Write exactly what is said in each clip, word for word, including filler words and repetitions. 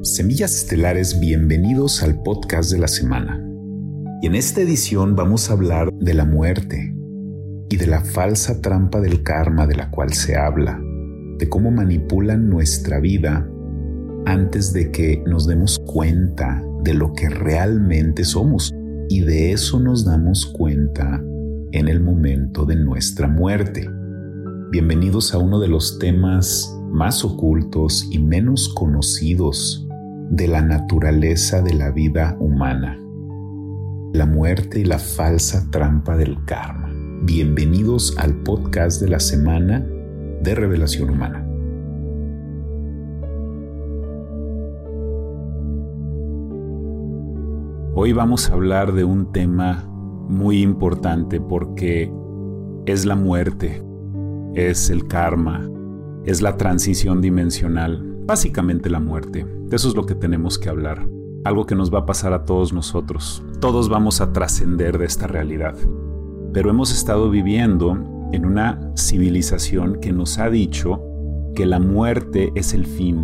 Semillas Estelares, bienvenidos al podcast de la semana. Y en esta edición vamos a hablar de la muerte y de la falsa trampa del karma de la cual se habla, de cómo manipulan nuestra vida antes de que nos demos cuenta de lo que realmente somos, y de eso nos damos cuenta en el momento de nuestra muerte. Bienvenidos a uno de los temas más ocultos y menos conocidos de la naturaleza de la vida humana: la muerte y la falsa trampa del karma. Bienvenidos al podcast de la semana de Revelación Humana. Hoy vamos a hablar de un tema muy importante porque es la muerte, es el karma, es la transición dimensional, básicamente la muerte. De eso es lo que tenemos que hablar, algo que nos va a pasar a todos nosotros. Todos vamos a trascender de esta realidad, pero hemos estado viviendo en una civilización que nos ha dicho que la muerte es el fin.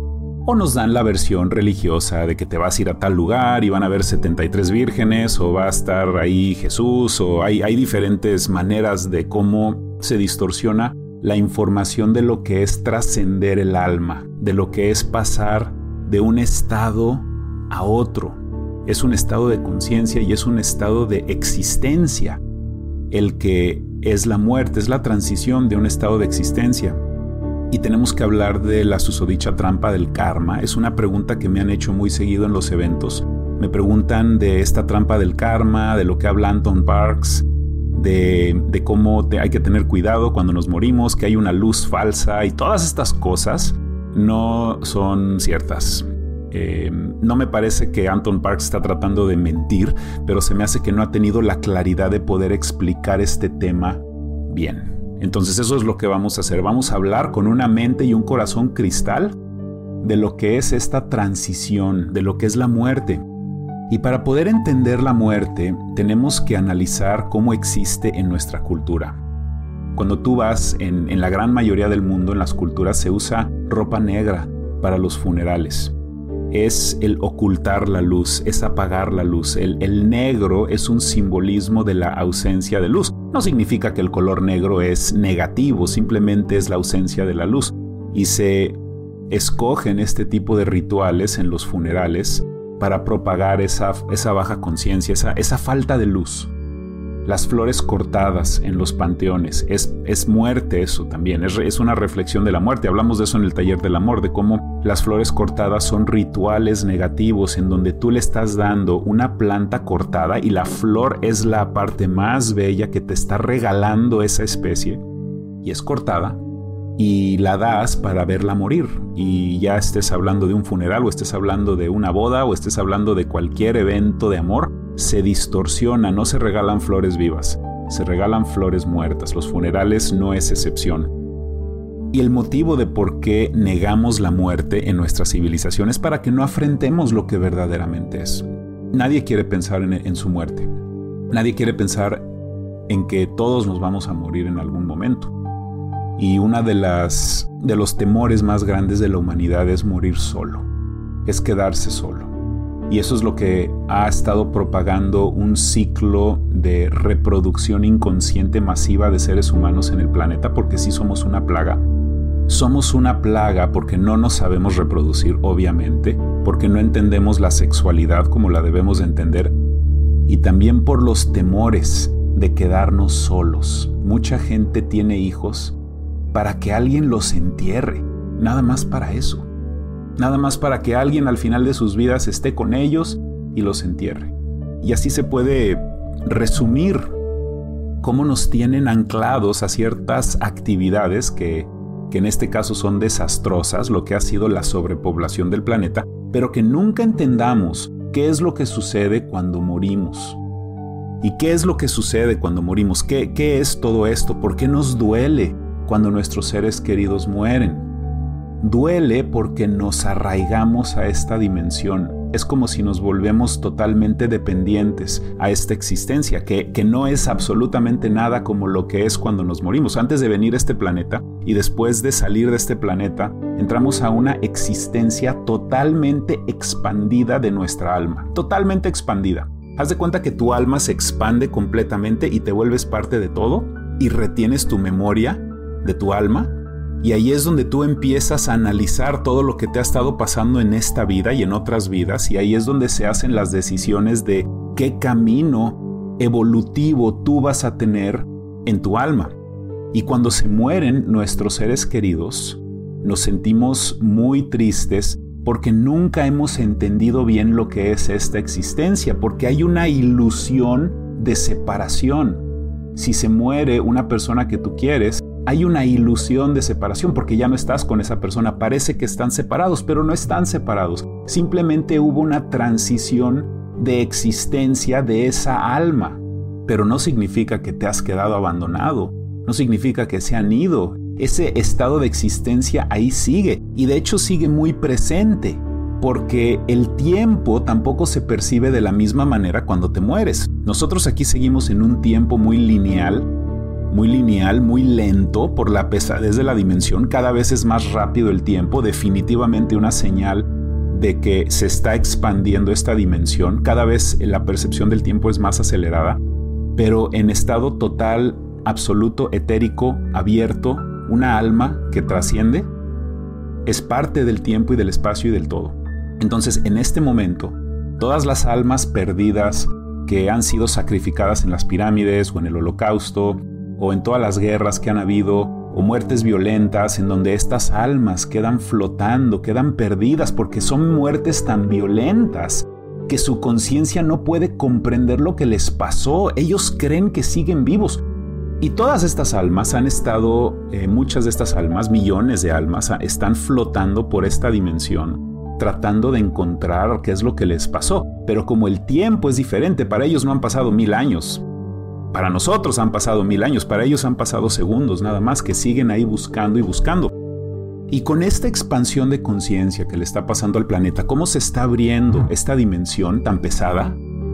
O nos dan la versión religiosa de que te vas a ir a tal lugar y van a haber setenta y tres vírgenes, o va a estar ahí Jesús, o hay, hay diferentes maneras de cómo se distorsiona la información de lo que es trascender el alma, de lo que es pasar de un estado a otro. Es un estado de conciencia y es un estado de existencia. El que es la muerte, es la transición de un estado de existencia. Y tenemos que hablar de la susodicha trampa del karma. Es una pregunta que me han hecho muy seguido en los eventos. Me preguntan de esta trampa del karma, de lo que habla Anton Parks, de, de cómo te, hay que tener cuidado cuando nos morimos, que hay una luz falsa, y todas estas cosas no son ciertas. Eh, no me parece que Anton Parks está tratando de mentir, pero se me hace que no ha tenido la claridad de poder explicar este tema bien. Entonces eso es lo que vamos a hacer. Vamos a hablar con una mente y un corazón cristal de lo que es esta transición, de lo que es la muerte. Y para poder entender la muerte, tenemos que analizar cómo existe en nuestra cultura. Cuando tú vas, en, en la gran mayoría del mundo, en las culturas, se usa ropa negra para los funerales. Es el ocultar la luz, es apagar la luz. El, el negro es un simbolismo de la ausencia de luz. No significa que el color negro es negativo, simplemente es la ausencia de la luz. Y se escogen este tipo de rituales en los funerales para propagar esa, esa baja conciencia, esa, esa falta de luz. Las flores cortadas en los panteones, es, es muerte eso también, es, es una reflexión de la muerte. Hablamos de eso en el taller del amor, de cómo las flores cortadas son rituales negativos en donde tú le estás dando una planta cortada y la flor es la parte más bella que te está regalando esa especie, y es cortada, y la das para verla morir. Y ya estés hablando de un funeral, o estés hablando de una boda, o estés hablando de cualquier evento de amor, se distorsiona. No se regalan flores vivas, se regalan flores muertas. Los funerales no es excepción. Y el motivo de por qué negamos la muerte en nuestra civilización es para que no afrentemos lo que verdaderamente es. Nadie quiere pensar en, en su muerte. Nadie quiere pensar en que todos nos vamos a morir en algún momento. Y una de las de los temores más grandes de la humanidad es morir solo, es quedarse solo. Y eso es lo que ha estado propagando un ciclo de reproducción inconsciente masiva de seres humanos en el planeta, porque sí somos una plaga. Somos una plaga porque no nos sabemos reproducir, obviamente, porque no entendemos la sexualidad como la debemos de entender, y también por los temores de quedarnos solos. Mucha gente tiene hijos para que alguien los entierre, nada más para eso. Nada más para que alguien al final de sus vidas esté con ellos y los entierre. Y así se puede resumir cómo nos tienen anclados a ciertas actividades que, que en este caso son desastrosas, lo que ha sido la sobrepoblación del planeta, pero que nunca entendamos qué es lo que sucede cuando morimos. ¿Y qué es lo que sucede cuando morimos? ¿Qué, qué es todo esto? ¿Por qué nos duele cuando nuestros seres queridos mueren? Duele porque nos arraigamos a esta dimensión. es como si nos volvemos totalmente dependientes a esta existencia, que, que no es absolutamente nada como lo que es cuando nos morimos. Antes de venir a este planeta y después de salir de este planeta, entramos a una existencia totalmente expandida de nuestra alma, totalmente expandida. Haz de cuenta que tu alma se expande completamente y te vuelves parte de todo y retienes tu memoria de tu alma. Y ahí es donde tú empiezas a analizar todo lo que te ha estado pasando en esta vida y en otras vidas, y ahí es donde se hacen las decisiones de qué camino evolutivo tú vas a tener en tu alma. Y cuando se mueren nuestros seres queridos, nos sentimos muy tristes porque nunca hemos entendido bien lo que es esta existencia, porque hay una ilusión de separación. Si se muere una persona que tú quieres, hay una ilusión de separación porque ya no estás con esa persona. Parece que están separados, pero no están separados. Simplemente hubo una transición de existencia de esa alma. Pero no significa que te has quedado abandonado. No significa que se han ido. Ese estado de existencia ahí sigue. Y de hecho sigue muy presente. Porque el tiempo tampoco se percibe de la misma manera cuando te mueres. Nosotros aquí seguimos en un tiempo muy lineal. Muy lineal, muy lento por la pesadez de la dimensión. Cada vez es más rápido el tiempo, definitivamente una señal de que se está expandiendo esta dimensión. Cada vez la percepción del tiempo es más acelerada, pero en estado total, absoluto, etérico, abierto, una alma que trasciende, es parte del tiempo y del espacio y del todo. Entonces, en este momento, todas las almas perdidas que han sido sacrificadas en las pirámides o en el Holocausto, o en todas las guerras que han habido, o muertes violentas en donde estas almas quedan flotando, quedan perdidas porque son muertes tan violentas que su conciencia no puede comprender lo que les pasó. Ellos creen que siguen vivos. Y todas estas almas han estado, eh, muchas de estas almas, millones de almas, están flotando por esta dimensión, tratando de encontrar qué es lo que les pasó. Pero como el tiempo es diferente, para ellos no han pasado mil años. Para nosotros han pasado mil años, para ellos han pasado segundos nada más, que siguen ahí buscando y buscando. Y con esta expansión de conciencia que le está pasando al planeta, cómo se está abriendo esta dimensión tan pesada,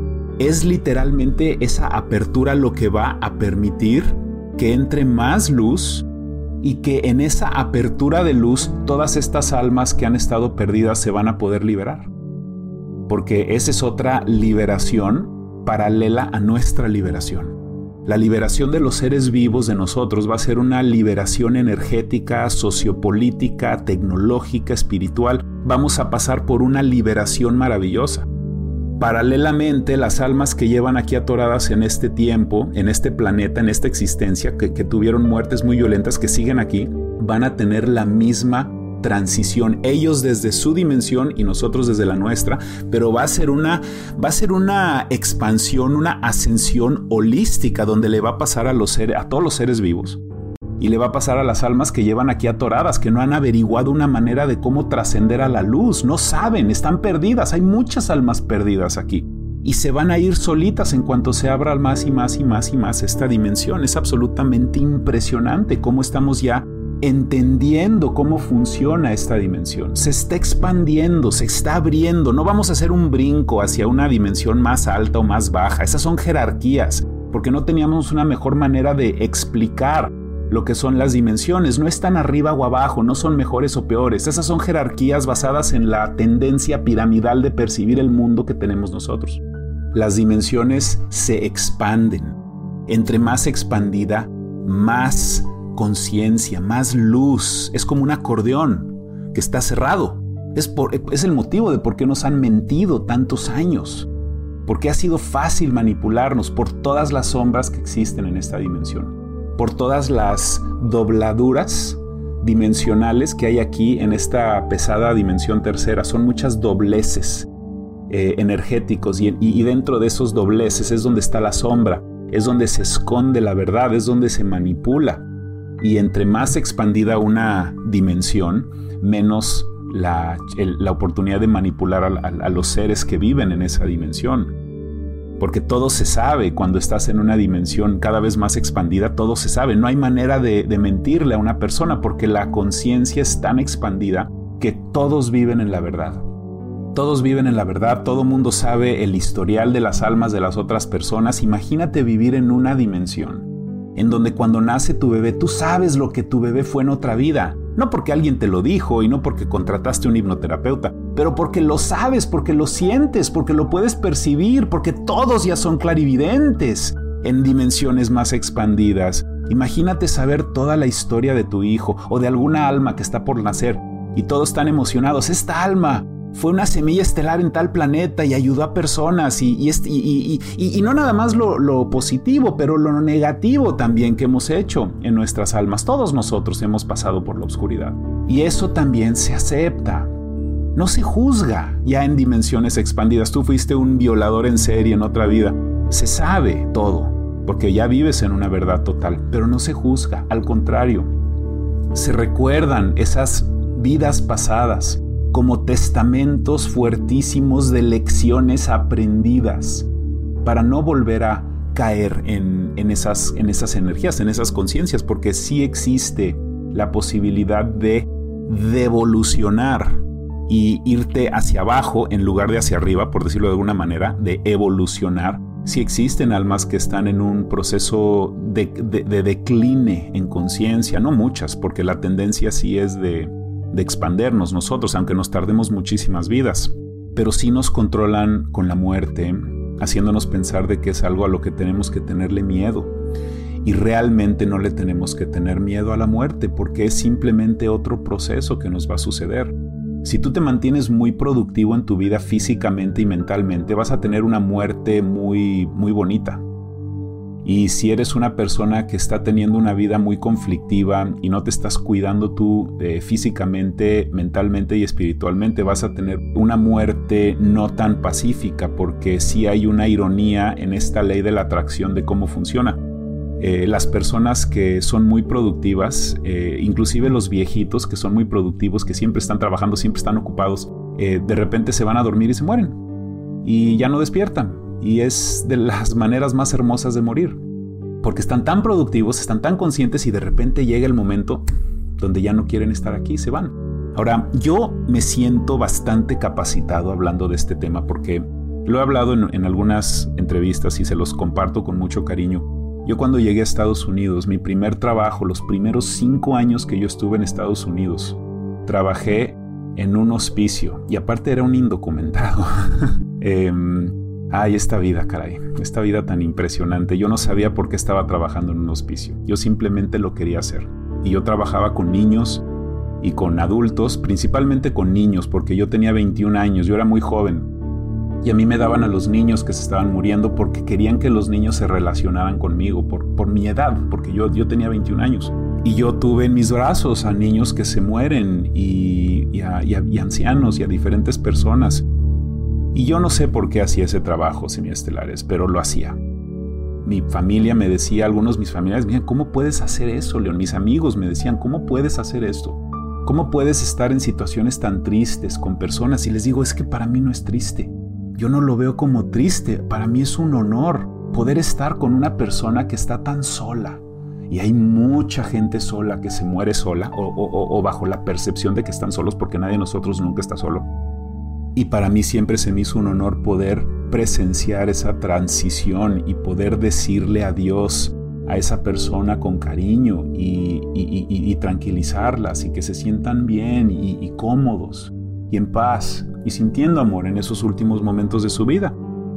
es literalmente esa apertura lo que va a permitir que entre más luz y que en esa apertura de luz todas estas almas que han estado perdidas se van a poder liberar. Porque esa es otra liberación paralela a nuestra liberación. La liberación de los seres vivos de nosotros va a ser una liberación energética, sociopolítica, tecnológica, espiritual. Vamos a pasar por una liberación maravillosa. Paralelamente, las almas que llevan aquí atoradas en este tiempo, en este planeta, en esta existencia, que, que tuvieron muertes muy violentas, que siguen aquí, van a tener la misma transición, ellos desde su dimensión y nosotros desde la nuestra, pero va a ser una, va a ser una expansión, una ascensión holística donde le va a pasar a, los seres, a todos los seres vivos y le va a pasar a las almas que llevan aquí atoradas, que no han averiguado una manera de cómo trascender a la luz, no saben, están perdidas, hay muchas almas perdidas aquí y se van a ir solitas en cuanto se abra más y más y más y más esta dimensión. Es absolutamente impresionante cómo estamos ya entendiendo cómo funciona esta dimensión. Se está expandiendo, se está abriendo. No vamos a hacer un brinco hacia una dimensión más alta o más baja. Esas son jerarquías, porque no teníamos una mejor manera de explicar lo que son las dimensiones. No están arriba o abajo, no son mejores o peores. Esas son jerarquías basadas en la tendencia piramidal de percibir el mundo que tenemos nosotros. Las dimensiones se expanden. Entre más expandida, más conciencia, más luz. Es como un acordeón que está cerrado. Es, por, es el motivo de por qué nos han mentido tantos años. Porque ha sido fácil manipularnos por todas las sombras que existen en esta dimensión. Por todas las dobladuras dimensionales que hay aquí en esta pesada dimensión tercera. Son muchas dobleces eh, energéticos y, y, y dentro de esos dobleces es donde está la sombra. Es donde se esconde la verdad, es donde se manipula. Y entre más expandida una dimensión, menos la, el, la oportunidad de manipular a, a, a los seres que viven en esa dimensión. Porque todo se sabe cuando estás en una dimensión cada vez más expandida, todo se sabe. No hay manera de, de mentirle a una persona porque la conciencia es tan expandida que todos viven en la verdad. Todos viven en la verdad, todo mundo sabe el historial de las almas de las otras personas. Imagínate vivir en una dimensión en donde cuando nace tu bebé, tú sabes lo que tu bebé fue en otra vida. No porque alguien te lo dijo y no porque contrataste un hipnoterapeuta, pero porque lo sabes, porque lo sientes, porque lo puedes percibir, porque todos ya son clarividentes en dimensiones más expandidas. Imagínate saber toda la historia de tu hijo o de alguna alma que está por nacer y todos están emocionados. Esta alma fue una semilla estelar en tal planeta y ayudó a personas y, y, y, y, y, y no nada más lo, lo positivo, pero lo negativo también que hemos hecho en nuestras almas. Todos nosotros hemos pasado por la oscuridad y eso también se acepta. No se juzga ya en dimensiones expandidas. Tú fuiste un violador en serie en otra vida. Se sabe todo porque ya vives en una verdad total, pero no se juzga. Al contrario, se recuerdan esas vidas pasadas como testamentos fuertísimos de lecciones aprendidas para no volver a caer en, en, esas, en esas energías, en esas conciencias, porque sí existe la posibilidad de devolucionar y irte hacia abajo en lugar de hacia arriba, por decirlo de alguna manera, de evolucionar. Sí existen almas que están en un proceso de, de, de decline en conciencia, no muchas, porque la tendencia sí es de de expandernos nosotros, aunque nos tardemos muchísimas vidas, pero sí nos controlan con la muerte, haciéndonos pensar de que es algo a lo que tenemos que tenerle miedo. Y realmente no le tenemos que tener miedo a la muerte, porque es simplemente otro proceso que nos va a suceder. Si tú te mantienes muy productivo en tu vida físicamente y mentalmente, vas a tener una muerte muy, muy bonita. Y si eres una persona que está teniendo una vida muy conflictiva y no te estás cuidando tú eh, físicamente, mentalmente y espiritualmente, vas a tener una muerte no tan pacífica, porque sí hay una ironía en esta ley de la atracción de cómo funciona. Eh, las personas que son muy productivas, eh, inclusive los viejitos que son muy productivos, que siempre están trabajando, siempre están ocupados, eh, de repente se van a dormir y se mueren y ya no despiertan. Y es de las maneras más hermosas de morir, porque están tan productivos, están tan conscientes y de repente llega el momento donde ya no quieren estar aquí, se van. Ahora, yo me siento bastante capacitado hablando de este tema porque lo he hablado en, en algunas entrevistas y se los comparto con mucho cariño. Yo cuando llegué a Estados Unidos, mi primer trabajo, los primeros cinco años que yo estuve en Estados Unidos, trabajé en un hospicio y aparte era un indocumentado. eh, Ay, esta vida, caray, esta vida tan impresionante. Yo no sabía por qué estaba trabajando en un hospicio. Yo simplemente lo quería hacer. Y yo trabajaba con niños y con adultos, principalmente con niños, porque yo tenía veintiún años, yo era muy joven. Y a mí me daban a los niños que se estaban muriendo porque querían que los niños se relacionaran conmigo, por, por mi edad, porque yo, yo tenía veintiún años. Y yo tuve en mis brazos a niños que se mueren y, y, a, y, a, y ancianos y a diferentes personas. Y yo no sé por qué hacía ese trabajo, semiestelares, pero lo hacía. Mi familia me decía, algunos de mis familiares, miren, ¿cómo puedes hacer eso, León? Mis amigos me decían, ¿cómo puedes hacer esto? ¿Cómo puedes estar en situaciones tan tristes con personas? Y les digo, es que para mí no es triste. Yo no lo veo como triste. Para mí es un honor poder estar con una persona que está tan sola. Y hay mucha gente sola que se muere sola o, o, o bajo la percepción de que están solos, porque nadie de nosotros nunca está solo. Y para mí siempre se me hizo un honor poder presenciar esa transición y poder decirle adiós a esa persona con cariño y, y, y, y tranquilizarlas y que se sientan bien y, y cómodos y en paz y sintiendo amor en esos últimos momentos de su vida.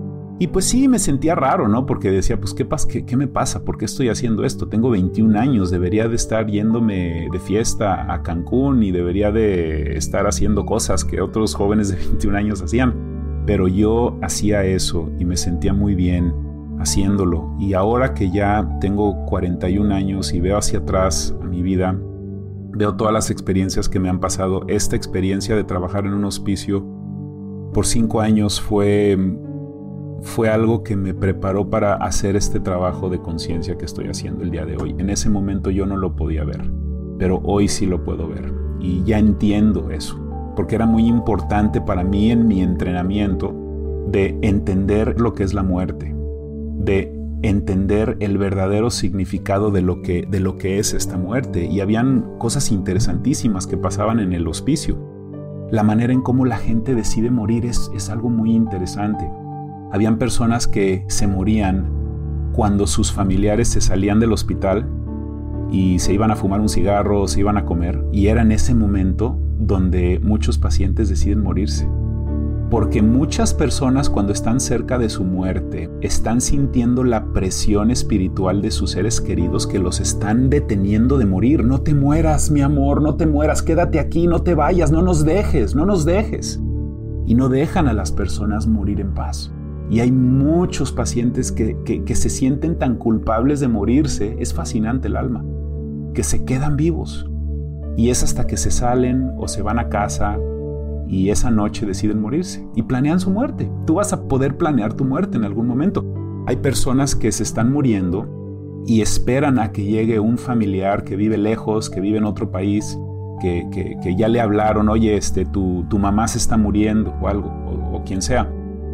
Y pues sí, me sentía raro, ¿no? Porque decía, pues ¿qué, pas- qué, qué me pasa? ¿Por qué estoy haciendo esto? Tengo veintiún años, debería de estar yéndome de fiesta a Cancún y debería de estar haciendo cosas que otros jóvenes de veintiún años hacían. Pero yo hacía eso y me sentía muy bien haciéndolo. Y ahora que ya tengo cuarenta y un años y veo hacia atrás a mi vida, veo todas las experiencias que me han pasado. Esta experiencia de trabajar en un hospicio por cinco años fue... fue algo que me preparó para hacer este trabajo de conciencia que estoy haciendo el día de hoy. En ese momento yo no lo podía ver, pero hoy sí lo puedo ver. Y ya entiendo eso, porque era muy importante para mí en mi entrenamiento de entender lo que es la muerte, de entender el verdadero significado de lo que, de lo que es esta muerte. Y habían cosas interesantísimas que pasaban en el hospicio. la manera en cómo la gente decide morir es, es algo muy interesante. Habían personas que se morían cuando sus familiares se salían del hospital y se iban a fumar un cigarro o se iban a comer, y era en ese momento donde muchos pacientes deciden morirse. Porque muchas personas, cuando están cerca de su muerte, están sintiendo la presión espiritual de sus seres queridos que los están deteniendo de morir. No te mueras, mi amor, no te mueras, quédate aquí, no te vayas, no nos dejes, no nos dejes. Y no dejan a las personas morir en paz. Y hay muchos pacientes que, que, que se sienten tan culpables de morirse. Es fascinante el alma, que se quedan vivos. Y es hasta que se salen o se van a casa y esa noche deciden morirse y planean su muerte. Tú vas a poder planear tu muerte en algún momento. Hay personas que se están muriendo y esperan a que llegue un familiar que vive lejos, que vive en otro país, que, que, que ya le hablaron, oye, este, tu, tu mamá se está muriendo o algo, o, o quien sea.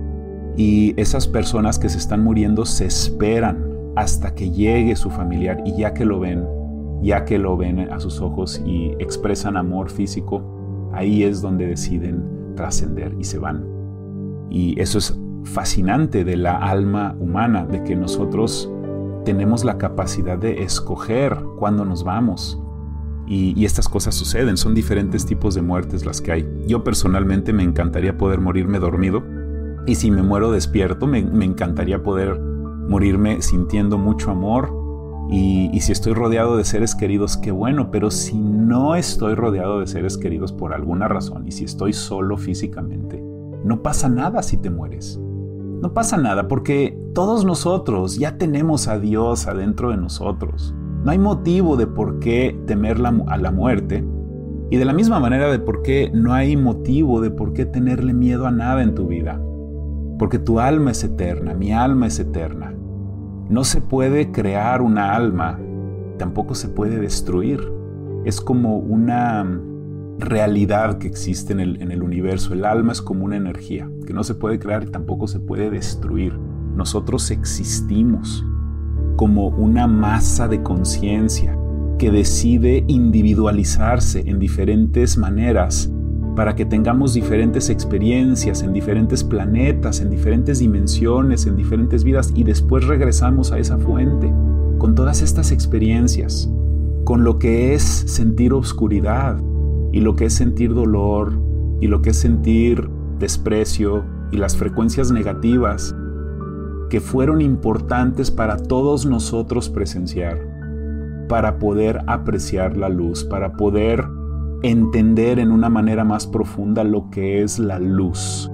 Y esas personas que se están muriendo se esperan hasta que llegue su familiar, y ya que lo ven, ya que lo ven a sus ojos y expresan amor físico, ahí es donde deciden trascender y se van. Y eso es fascinante de la alma humana, de que nosotros tenemos la capacidad de escoger cuándo nos vamos. Y, y estas cosas suceden, son diferentes tipos de muertes las que hay. Yo personalmente me encantaría poder morirme dormido, y si me muero despierto, me, me encantaría poder morirme sintiendo mucho amor. Y, y si estoy rodeado de seres queridos, qué bueno, pero si no estoy rodeado de seres queridos por alguna razón, y si estoy solo físicamente, no pasa nada si te mueres. No pasa nada, porque todos nosotros ya tenemos a Dios adentro de nosotros. No hay motivo de por qué temer la, a la muerte, y de la misma manera de por qué no hay motivo de por qué tenerle miedo a nada en tu vida. Porque tu alma es eterna, mi alma es eterna. No se puede crear una alma, tampoco se puede destruir. Es como una realidad que existe en el, en el universo. El alma es como una energía que no se puede crear y tampoco se puede destruir. Nosotros existimos como una masa de conciencia que decide individualizarse en diferentes maneras para que tengamos diferentes experiencias en diferentes planetas, en diferentes dimensiones, en diferentes vidas, y después regresamos a esa fuente con todas estas experiencias, con lo que es sentir obscuridad, y lo que es sentir dolor, y lo que es sentir desprecio, y las frecuencias negativas que fueron importantes para todos nosotros presenciar, para poder apreciar la luz, para poder entender en una manera más profunda lo que es la luz.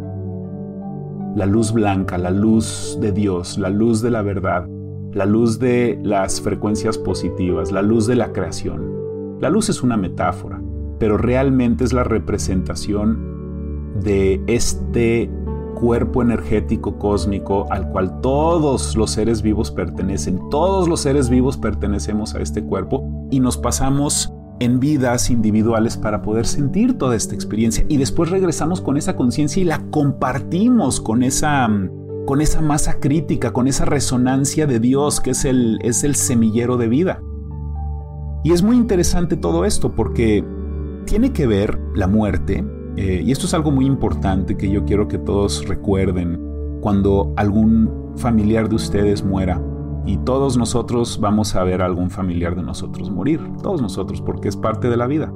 La luz blanca, la luz de Dios, la luz de la verdad, la luz de las frecuencias positivas, la luz de la creación. La luz es una metáfora, pero realmente es la representación de este cuerpo energético cósmico al cual todos los seres vivos pertenecen. Todos los seres vivos pertenecemos a este cuerpo y nos pasamos en vidas individuales para poder sentir toda esta experiencia, y después regresamos con esa conciencia y la compartimos con esa, con esa masa crítica, con esa resonancia de Dios que es el, es el semillero de vida. Y es muy interesante todo esto porque tiene que ver la muerte, eh, y esto es algo muy importante que yo quiero que todos recuerden cuando algún familiar de ustedes muera. Y todos nosotros vamos a ver a algún familiar de nosotros morir, todos nosotros, porque es parte de la vida.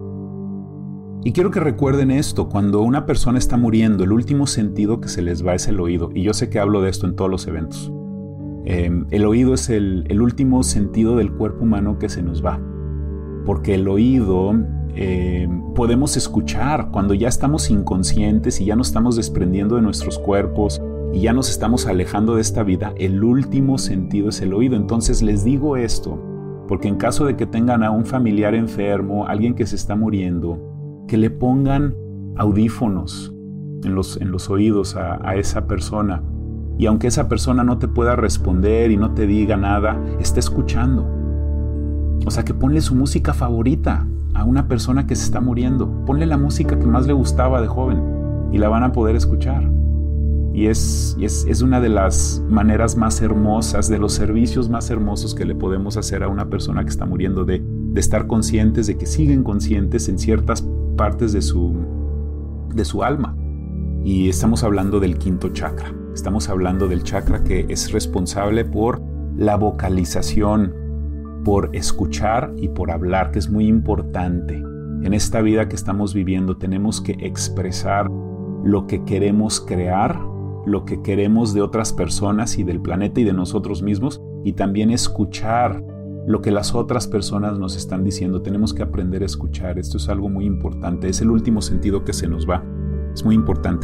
Y quiero que recuerden esto: cuando una persona está muriendo, el último sentido que se les va es el oído. Y yo sé que hablo de esto en todos los eventos. Eh, el oído es el, el último sentido del cuerpo humano que se nos va. Porque el oído eh, podemos escuchar cuando ya estamos inconscientes y ya nos estamos desprendiendo de nuestros cuerpos y ya nos estamos alejando de esta vida. El último sentido es el oído. Entonces les digo esto porque en caso de que tengan a un familiar enfermo, alguien que se está muriendo, que le pongan audífonos en los, en los oídos a, a esa persona, y aunque esa persona no te pueda responder y no te diga nada, esté escuchando. O sea, que ponle su música favorita a una persona que se está muriendo. Ponle la música que más le gustaba de joven y la van a poder escuchar. Y es, es, es una de las maneras más hermosas, de los servicios más hermosos que le podemos hacer a una persona que está muriendo, de, de estar conscientes de que siguen conscientes en ciertas partes de su, de su alma. Y estamos hablando del quinto chakra. Estamos hablando del chakra que es responsable por la vocalización, por escuchar y por hablar, que es muy importante. En esta vida que estamos viviendo tenemos que expresar lo que queremos crear, lo que queremos de otras personas y del planeta y de nosotros mismos, y también escuchar lo que las otras personas nos están diciendo. Tenemos que aprender a escuchar. Esto es algo muy importante. Es el último sentido que se nos va. Es muy importante.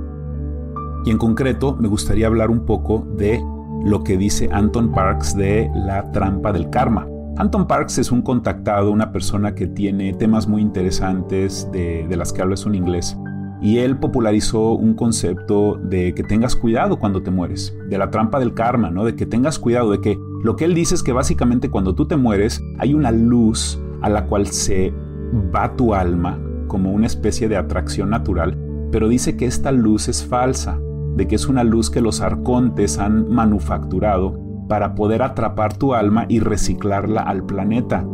Y en concreto me gustaría hablar un poco de lo que dice Anton Parks de la trampa del karma. Anton Parks es un contactado, una persona que tiene temas muy interesantes de, de las que habla un inglés. Y él popularizó un concepto de que tengas cuidado cuando te mueres, de la trampa del karma, ¿no? De que tengas cuidado, de que lo que él dice es que básicamente cuando tú te mueres hay una luz a la cual se va tu alma como una especie de atracción natural, pero dice que esta luz es falsa, de que es una luz que los arcontes han manufacturado para poder atrapar tu alma y reciclarla al planeta.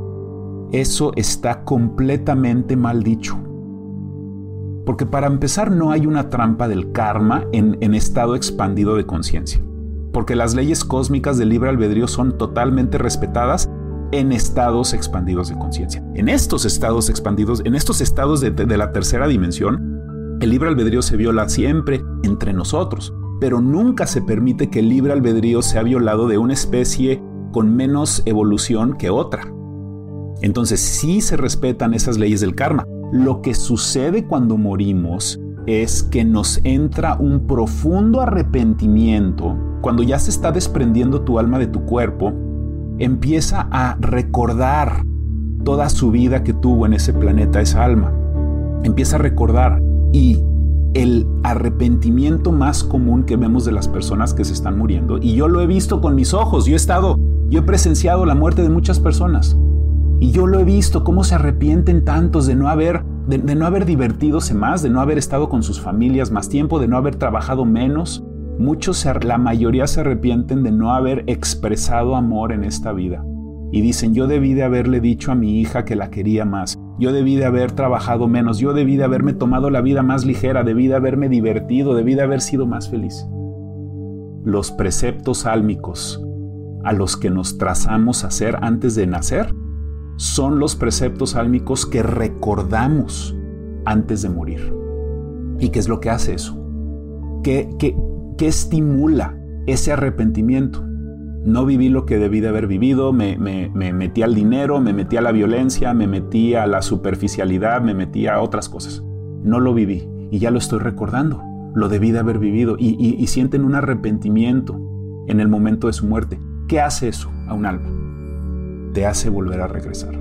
Eso está completamente mal dicho. Porque para empezar no hay una trampa del karma en, en estado expandido de conciencia. Porque las leyes cósmicas del libre albedrío son totalmente respetadas en estados expandidos de conciencia. En estos estados expandidos, en estos estados de, de, de la tercera dimensión, el libre albedrío se viola siempre entre nosotros, pero nunca se permite que el libre albedrío sea violado de una especie con menos evolución que otra. Entonces sí se respetan esas leyes del karma. Lo que sucede cuando morimos es que nos entra un profundo arrepentimiento. Cuando ya se está desprendiendo tu alma de tu cuerpo, empieza a recordar toda su vida que tuvo en ese planeta, esa alma. Empieza a recordar. Y el arrepentimiento más común que vemos de las personas que se están muriendo, y yo lo he visto con mis ojos, yo he estado, yo he presenciado la muerte de muchas personas, y yo lo he visto, cómo se arrepienten tantos de no haber, de, de no haber divertidose más, de no haber estado con sus familias más tiempo, de no haber trabajado menos. Muchos, la mayoría se arrepienten de no haber expresado amor en esta vida. Y dicen, yo debí de haberle dicho a mi hija que la quería más. Yo debí de haber trabajado menos. Yo debí de haberme tomado la vida más ligera. Debí de haberme divertido. Debí de haber sido más feliz. Los preceptos álmicos a los que nos trazamos a hacer antes de nacer son los preceptos álmicos que recordamos antes de morir. ¿Y qué es lo que hace eso? ¿Qué, qué, qué estimula ese arrepentimiento? No viví lo que debí de haber vivido, me, me, me metí al dinero, me metí a la violencia, me metí a la superficialidad, me metí a otras cosas. No lo viví y ya lo estoy recordando. Lo debí de haber vivido y, y, y sienten un arrepentimiento en el momento de su muerte. ¿Qué hace eso a un alma? Te hace volver a regresar.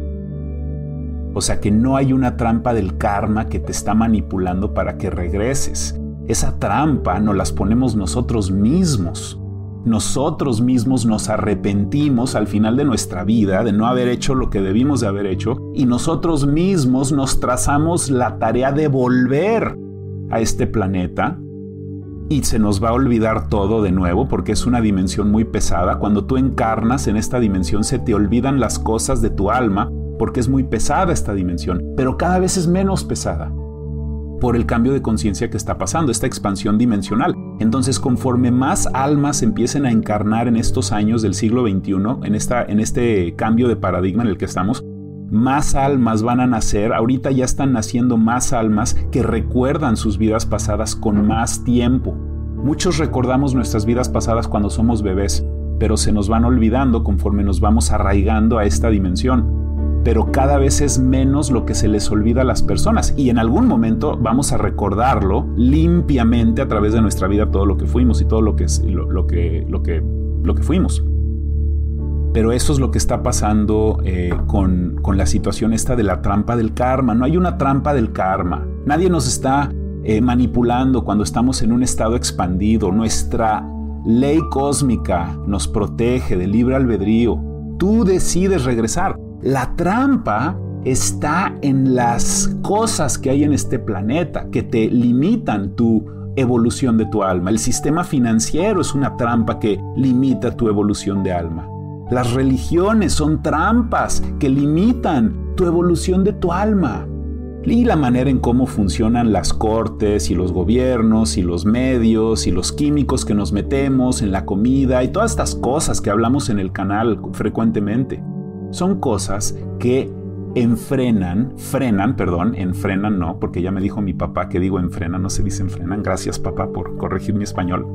O sea que no hay una trampa del karma que te está manipulando para que regreses. Esa trampa nos las ponemos nosotros mismos. Nosotros mismos nos arrepentimos al final de nuestra vida de no haber hecho lo que debimos de haber hecho y nosotros mismos nos trazamos la tarea de volver a este planeta y se nos va a olvidar todo de nuevo porque es una dimensión muy pesada. Cuando tú encarnas en esta dimensión se te olvidan las cosas de tu alma porque es muy pesada esta dimensión, pero cada vez es menos pesada por el cambio de conciencia que está pasando, esta expansión dimensional. Entonces, conforme más almas empiecen a encarnar en estos años del siglo veintiuno, en, esta, en este cambio de paradigma en el que estamos, más almas van a nacer. Ahorita ya están naciendo más almas que recuerdan sus vidas pasadas con más tiempo. Muchos recordamos nuestras vidas pasadas cuando somos bebés, pero se nos van olvidando conforme nos vamos arraigando a esta dimensión. Pero cada vez es menos lo que se les olvida a las personas y en algún momento vamos a recordarlo limpiamente a través de nuestra vida todo lo que fuimos y todo lo que, lo, lo que, lo que, lo que fuimos. Pero eso es lo que está pasando eh, con, con la situación esta de la trampa del karma. No hay una trampa del karma. Nadie nos está eh, manipulando cuando estamos en un estado expandido. Nuestra ley cósmica nos protege del libre albedrío. Tú decides regresar. La trampa está en las cosas que hay en este planeta que te limitan tu evolución de tu alma. El sistema financiero es una trampa que limita tu evolución de alma. Las religiones son trampas que limitan tu evolución de tu alma. y la manera en cómo funcionan las cortes y los gobiernos y los medios y los químicos que nos metemos en la comida y todas estas cosas que hablamos en el canal frecuentemente. Son cosas que enfrenan, frenan, perdón, enfrenan no, porque ya me dijo mi papá que digo enfrenan, no se dice enfrenan. Gracias, papá, por corregir mi español.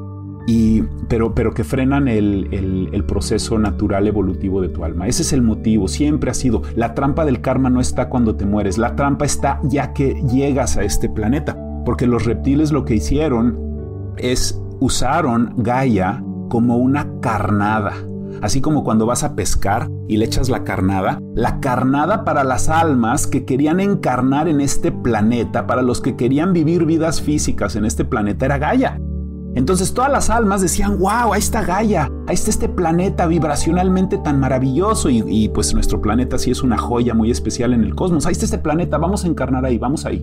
Y, pero, pero que frenan el, el, el proceso natural evolutivo de tu alma. Ese es el motivo, siempre ha sido. La trampa del karma no está cuando te mueres, la trampa está ya que llegas a este planeta, porque los reptiles lo que hicieron es usaron Gaia como una carnada. Así como cuando vas a pescar y le echas la carnada, la carnada para las almas que querían encarnar en este planeta, para los que querían vivir vidas físicas en este planeta, era Gaia. Entonces todas las almas decían, wow, ahí está Gaia, ahí está este planeta vibracionalmente tan maravilloso y, y pues nuestro planeta sí es una joya muy especial en el cosmos, ahí está este planeta, vamos a encarnar ahí, vamos ahí.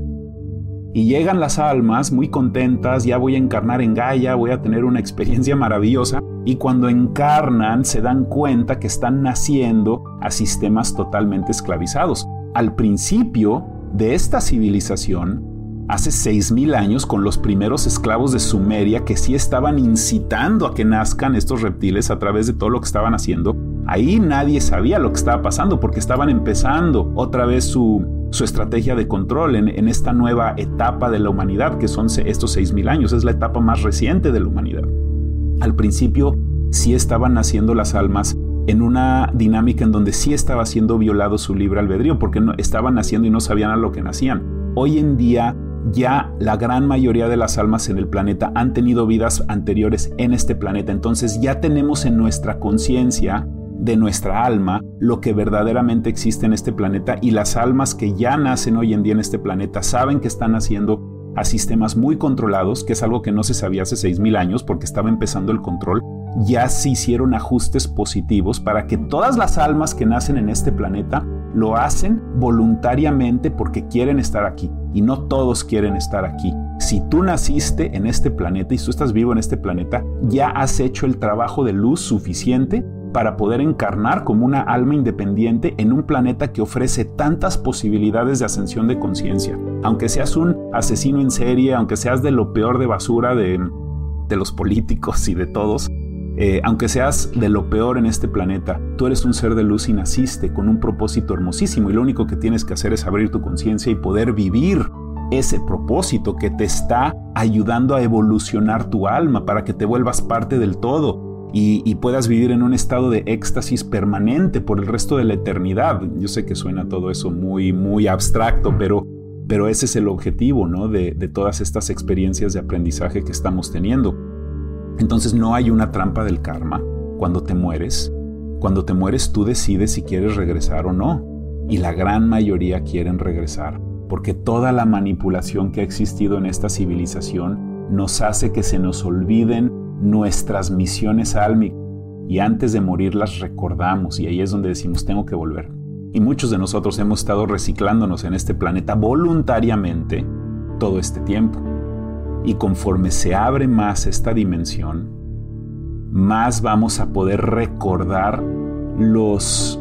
Y llegan las almas muy contentas, ya voy a encarnar en Gaia, voy a tener una experiencia maravillosa, y cuando encarnan se dan cuenta que están naciendo a sistemas totalmente esclavizados. Al principio de esta civilización, hace seis mil años, con los primeros esclavos de Sumeria que sí estaban incitando a que nazcan estos reptiles a través de todo lo que estaban haciendo, ahí nadie sabía lo que estaba pasando porque estaban empezando otra vez su, su estrategia de control en, en esta nueva etapa de la humanidad, que son estos seis mil años, es la etapa más reciente de la humanidad. Al principio sí estaban naciendo las almas en una dinámica en donde sí estaba siendo violado su libre albedrío, porque no, estaban naciendo y no sabían a lo que nacían. Hoy en día ya la gran mayoría de las almas en el planeta han tenido vidas anteriores en este planeta, entonces ya tenemos en nuestra conciencia de nuestra alma lo que verdaderamente existe en este planeta, y las almas que ya nacen hoy en día en este planeta saben que están naciendo a sistemas muy controlados, que es algo que no se sabía hace seis mil años porque estaba empezando el control. Ya se hicieron ajustes positivos para que todas las almas que nacen en este planeta lo hacen voluntariamente porque quieren estar aquí, y no todos quieren estar aquí. Si tú naciste en este planeta y tú estás vivo en este planeta, ya has hecho el trabajo de luz suficiente para poder encarnar como una alma independiente en un planeta que ofrece tantas posibilidades de ascensión de conciencia. Aunque seas un asesino en serie, aunque seas de lo peor de basura de, de los políticos y de todos, eh, aunque seas de lo peor en este planeta, tú eres un ser de luz y naciste con un propósito hermosísimo, y lo único que tienes que hacer es abrir tu conciencia y poder vivir ese propósito que te está ayudando a evolucionar tu alma para que te vuelvas parte del todo. Y, y puedas vivir en un estado de éxtasis permanente por el resto de la eternidad. Yo sé que suena todo eso muy, muy abstracto, pero, pero ese es el objetivo, ¿no? de, de todas estas experiencias de aprendizaje que estamos teniendo. Entonces no hay una trampa del karma cuando te mueres. Cuando te mueres tú decides si quieres regresar o no. Y la gran mayoría quieren regresar, porque toda la manipulación que ha existido en esta civilización nos hace que se nos olviden nuestras misiones álmicas, y antes de morir las recordamos, y ahí es donde decimos tengo que volver. Y muchos de nosotros hemos estado reciclándonos en este planeta voluntariamente todo este tiempo, y conforme se abre más esta dimensión, más vamos a poder recordar los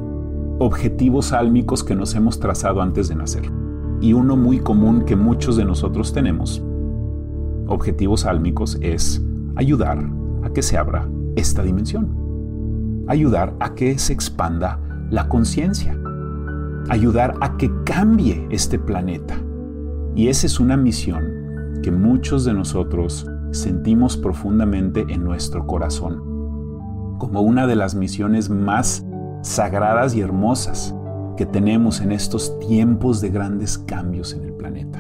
objetivos álmicos que nos hemos trazado antes de nacer. Y uno muy común que muchos de nosotros tenemos, objetivos álmicos, es ayudar a que se abra esta dimensión, ayudar a que se expanda la conciencia, ayudar a que cambie este planeta. Y esa es una misión que muchos de nosotros sentimos profundamente en nuestro corazón, como una de las misiones más sagradas y hermosas que tenemos en estos tiempos de grandes cambios en el planeta.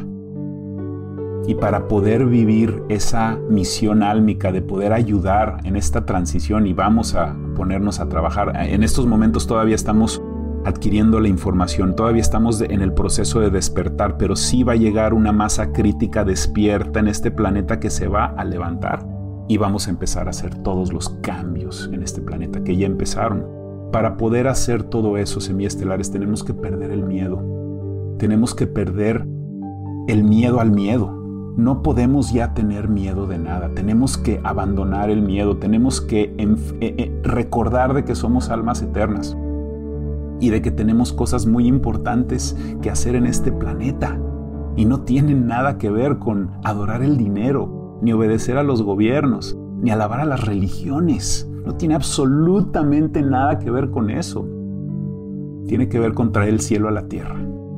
Y para poder vivir esa misión álmica de poder ayudar en esta transición, y vamos a ponernos a trabajar, en estos momentos todavía estamos adquiriendo la información, todavía estamos de, en el proceso de despertar, pero sí va a llegar una masa crítica despierta en este planeta que se va a levantar, y vamos a empezar a hacer todos los cambios en este planeta que ya empezaron. Para poder hacer todo eso, semiestelares, tenemos que perder el miedo. Tenemos que perder el miedo al miedo. No podemos ya tener miedo de nada. Tenemos que abandonar el miedo. Tenemos que eh, eh, recordar de que somos almas eternas. y de que tenemos cosas muy importantes que hacer en este planeta y no tienen nada que ver con adorar el dinero, ni obedecer a los gobiernos, ni alabar a las religiones. No tiene absolutamente nada que ver con eso. Tiene que ver con traer el cielo a la tierra.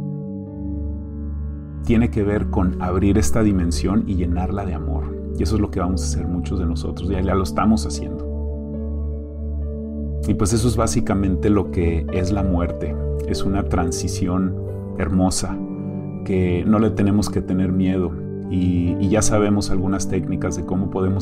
Tiene que ver con abrir esta dimensión y llenarla de amor. Y eso es lo que vamos a hacer muchos de nosotros. Ya, ya lo estamos haciendo. Y pues eso es básicamente lo que es la muerte. Es una transición hermosa que no le tenemos que tener miedo. Y, y ya sabemos algunas técnicas de cómo podemos